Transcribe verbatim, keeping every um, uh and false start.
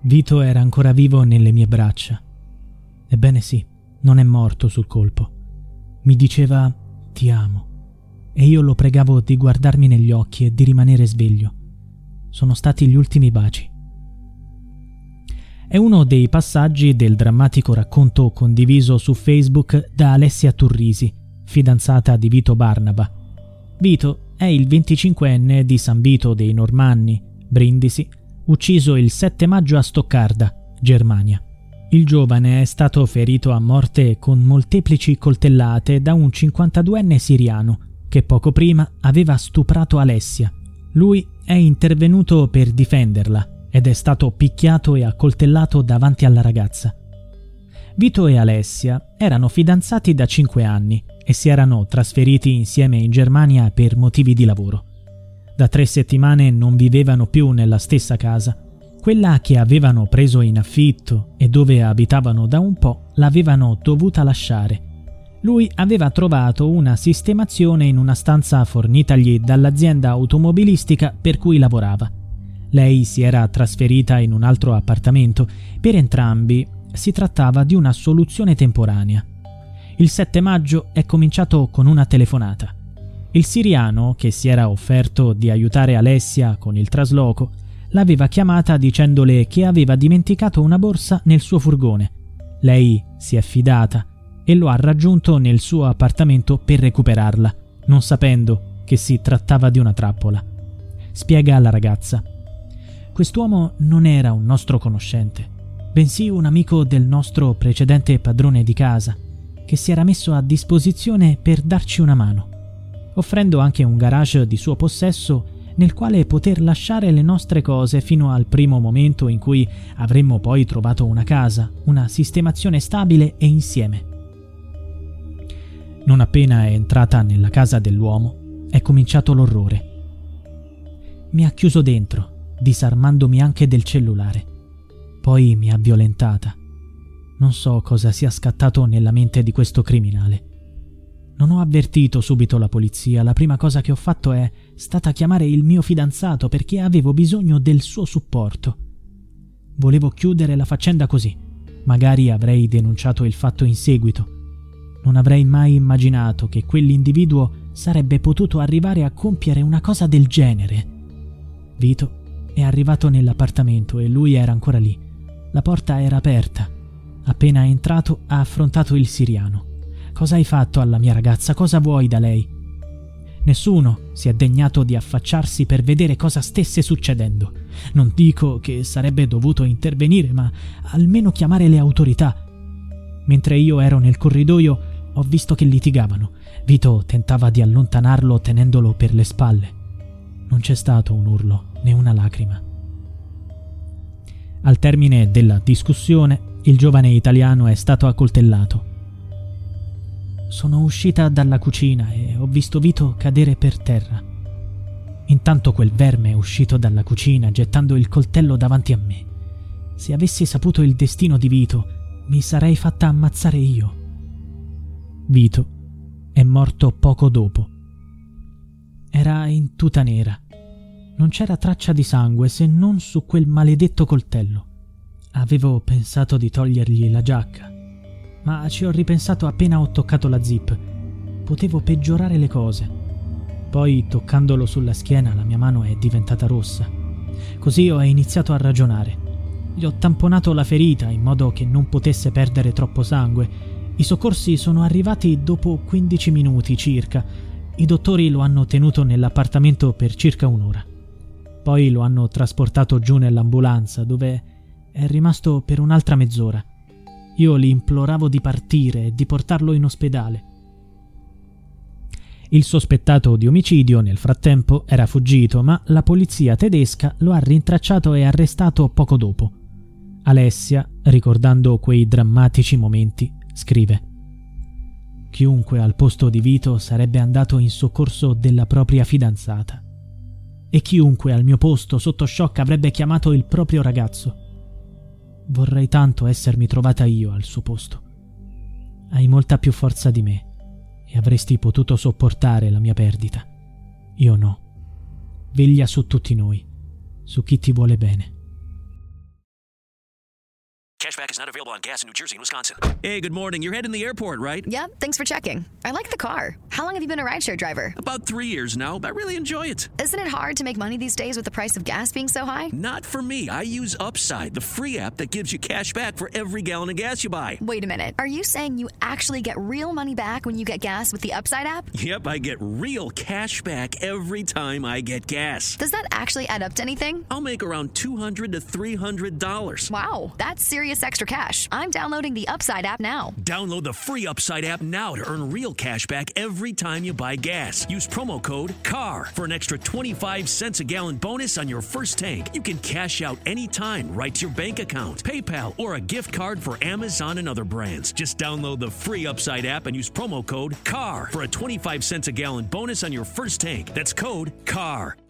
Vito era ancora vivo nelle mie braccia. Ebbene sì, non è morto sul colpo. Mi diceva ti amo e io lo pregavo di guardarmi negli occhi e di rimanere sveglio. Sono stati gli ultimi baci. È uno dei passaggi del drammatico racconto condiviso su Facebook da Alessia Turrisi, fidanzata di Vito Barnaba. Vito è il venticinquenne di San Vito dei Normanni, Brindisi, ucciso il sette maggio a Stoccarda, Germania. Il giovane è stato ferito a morte con molteplici coltellate da un cinquantaduenne siriano che poco prima aveva stuprato Alessia. Lui è intervenuto per difenderla ed è stato picchiato e accoltellato davanti alla ragazza. Vito e Alessia erano fidanzati da cinque anni e si erano trasferiti insieme in Germania per motivi di lavoro. Da tre settimane non vivevano più nella stessa casa. Quella che avevano preso in affitto e dove abitavano da un po' l'avevano dovuta lasciare. Lui aveva trovato una sistemazione in una stanza fornitagli dall'azienda automobilistica per cui lavorava. Lei si era trasferita in un altro appartamento. Per entrambi si trattava di una soluzione temporanea. Il sette maggio è cominciato con una telefonata. Il siriano, che si era offerto di aiutare Alessia con il trasloco, l'aveva chiamata dicendole che aveva dimenticato una borsa nel suo furgone. Lei si è fidata e lo ha raggiunto nel suo appartamento per recuperarla, non sapendo che si trattava di una trappola. Spiega alla ragazza: quest'uomo non era un nostro conoscente, bensì un amico del nostro precedente padrone di casa, che si era messo a disposizione per darci una mano, offrendo anche un garage di suo possesso nel quale poter lasciare le nostre cose fino al primo momento in cui avremmo poi trovato una casa, una sistemazione stabile e insieme. Non appena è entrata nella casa dell'uomo, è cominciato l'orrore. Mi ha chiuso dentro, disarmandomi anche del cellulare. Poi mi ha violentata. Non so cosa sia scattato nella mente di questo criminale. Non ho avvertito subito la polizia. La prima cosa che ho fatto è stata chiamare il mio fidanzato perché avevo bisogno del suo supporto. Volevo chiudere la faccenda così. Magari avrei denunciato il fatto in seguito. Non avrei mai immaginato che quell'individuo sarebbe potuto arrivare a compiere una cosa del genere. Vito è arrivato nell'appartamento e lui era ancora lì. La porta era aperta. Appena entrato ha affrontato il siriano. Cosa hai fatto alla mia ragazza? Cosa vuoi da lei? Nessuno si è degnato di affacciarsi per vedere cosa stesse succedendo. Non dico che sarebbe dovuto intervenire, ma almeno chiamare le autorità. Mentre io ero nel corridoio, ho visto che litigavano. Vito tentava di allontanarlo tenendolo per le spalle. Non c'è stato un urlo, né una lacrima. Al termine della discussione, il giovane italiano è stato accoltellato. Sono uscita dalla cucina e ho visto Vito cadere per terra. Intanto quel verme è uscito dalla cucina gettando il coltello davanti a me. Se avessi saputo il destino di Vito, mi sarei fatta ammazzare io. Vito è morto poco dopo. Era in tuta nera. Non c'era traccia di sangue se non su quel maledetto coltello. Avevo pensato di togliergli la giacca, ma ci ho ripensato appena ho toccato la zip. Potevo peggiorare le cose. Poi, toccandolo sulla schiena, la mia mano è diventata rossa. Così ho iniziato a ragionare. Gli ho tamponato la ferita in modo che non potesse perdere troppo sangue. I soccorsi sono arrivati dopo quindici minuti circa. I dottori lo hanno tenuto nell'appartamento per circa un'ora. Poi lo hanno trasportato giù nell'ambulanza, dove è rimasto per un'altra mezz'ora. Io li imploravo di partire e di portarlo in ospedale. Il sospettato di omicidio nel frattempo era fuggito, ma la polizia tedesca lo ha rintracciato e arrestato poco dopo. Alessia, ricordando quei drammatici momenti, scrive: chiunque al posto di Vito sarebbe andato in soccorso della propria fidanzata. E chiunque al mio posto sotto shock avrebbe chiamato il proprio ragazzo. Vorrei tanto essermi trovata io al suo posto. Hai molta più forza di me e avresti potuto sopportare la mia perdita. Io no. Veglia su tutti noi, su chi ti vuole bene. Cashback is not available on gas in New Jersey and Wisconsin. Hey, good morning. You're heading to the airport, right? Yep, thanks for checking. I like the car. How long have you been a rideshare driver? About three years now, but I really enjoy it. Isn't it hard to make money these days with the price of gas being so high? Not for me. I use Upside, the free app that gives you cash back for every gallon of gas you buy. Wait a minute. Are you saying you actually get real money back when you get gas with the Upside app? Yep, I get real cash back every time I get gas. Does that actually add up to anything? I'll make around two hundred to three hundred dollars. Wow, that's serious extra cash. I'm downloading the Upside app now. Download the free Upside app now to earn real cash back every time you buy gas. Use promo code C A R for an extra twenty-five cents a gallon bonus on your first tank. You can cash out anytime right to your bank account, PayPal, or a gift card for Amazon and other brands. Just download the free Upside app and use promo code C A R for a twenty-five cents a gallon bonus on your first tank. That's code C A R.